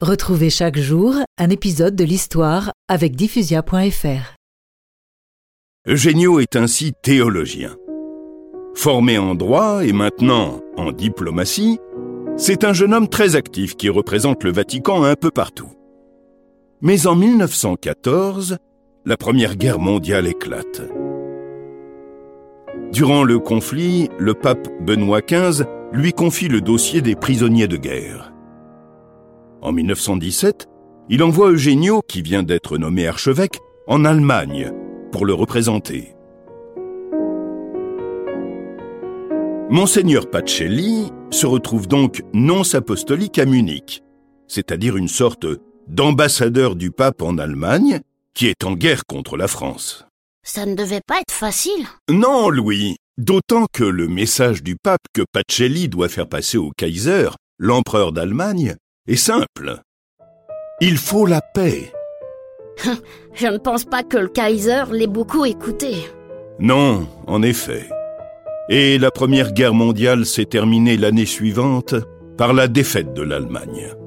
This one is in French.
Retrouvez chaque jour un épisode de l'histoire avec diffusia.fr. Eugenio est ainsi théologien. Formé en droit et maintenant en diplomatie, c'est un jeune homme très actif qui représente le Vatican un peu partout. Mais en 1914, la Première Guerre mondiale éclate. Durant le conflit, le pape Benoît XV lui confie le dossier des prisonniers de guerre. En 1917, il envoie Eugenio, qui vient d'être nommé archevêque, en Allemagne pour le représenter. Monseigneur Pacelli se retrouve donc nonce apostolique à Munich, c'est-à-dire une sorte d'ambassadeur du pape en Allemagne, qui est en guerre contre la France. Ça ne devait pas être facile. Non, Louis, d'autant que le message du pape que Pacelli doit faire passer au Kaiser, l'empereur d'Allemagne, est simple. Il faut la paix. Je ne pense pas que le Kaiser l'ait beaucoup écouté. Non, en effet. Et la Première Guerre mondiale s'est terminée l'année suivante par la défaite de l'Allemagne.